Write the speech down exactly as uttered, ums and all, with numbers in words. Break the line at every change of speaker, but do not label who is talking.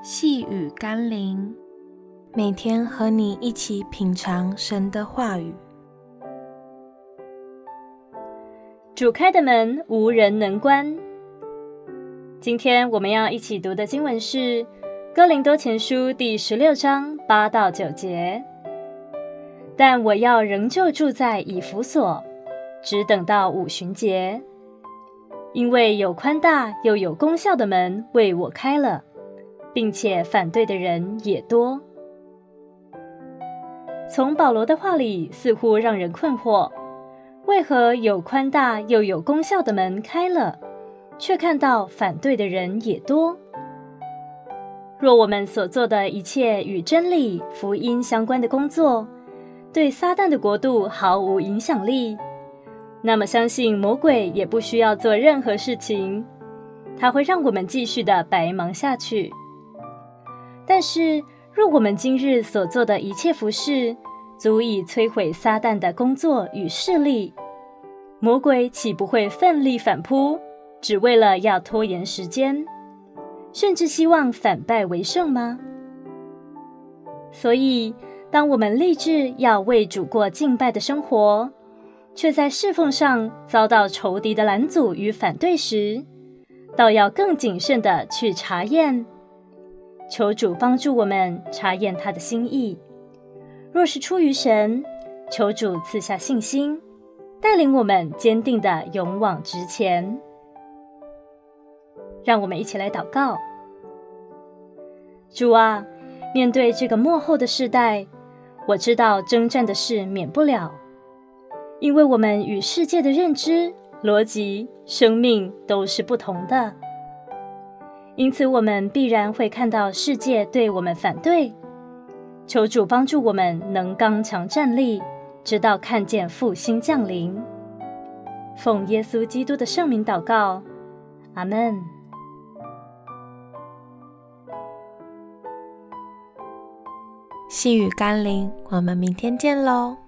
细雨甘霖，每天和你一起品尝神的话语。
主开的门，无人能关。今天我们要一起读的经文是《哥林多前书》第十六章八到九节。但我要仍旧住在以弗所，只等到五旬节，因为有宽大又有功效的门为我开了，并且反对的人也多。从保罗的话里似乎让人困惑，为何有宽大又有功效的门开了，却看到反对的人也多？若我们所做的一切与真理、福音相关的工作，对撒旦的国度毫无影响力，那么相信魔鬼也不需要做任何事情，他会让我们继续的白忙下去。但是若我们今日所做的一切服事足以摧毁撒旦的工作与势力，魔鬼岂不会奋力反扑，只为了要拖延时间，甚至希望反败为胜吗？所以当我们立志要为主过敬拜的生活，却在侍奉上遭到仇敌的拦阻与反对时，倒要更谨慎地去查验，求主帮助我们查验他的心意。若是出于神，求主赐下信心，带领我们坚定地勇往直前。让我们一起来祷告。主啊，面对这个末后的世代，我知道征战的事免不了，因为我们与世界的认知、逻辑、生命都是不同的，因此我们必然会看到世界对我们反对。求主帮助我们能刚强站立，直到看见复兴降临。奉耶稣基督的圣名祷告，阿们。
细雨甘霖，我们明天见喽。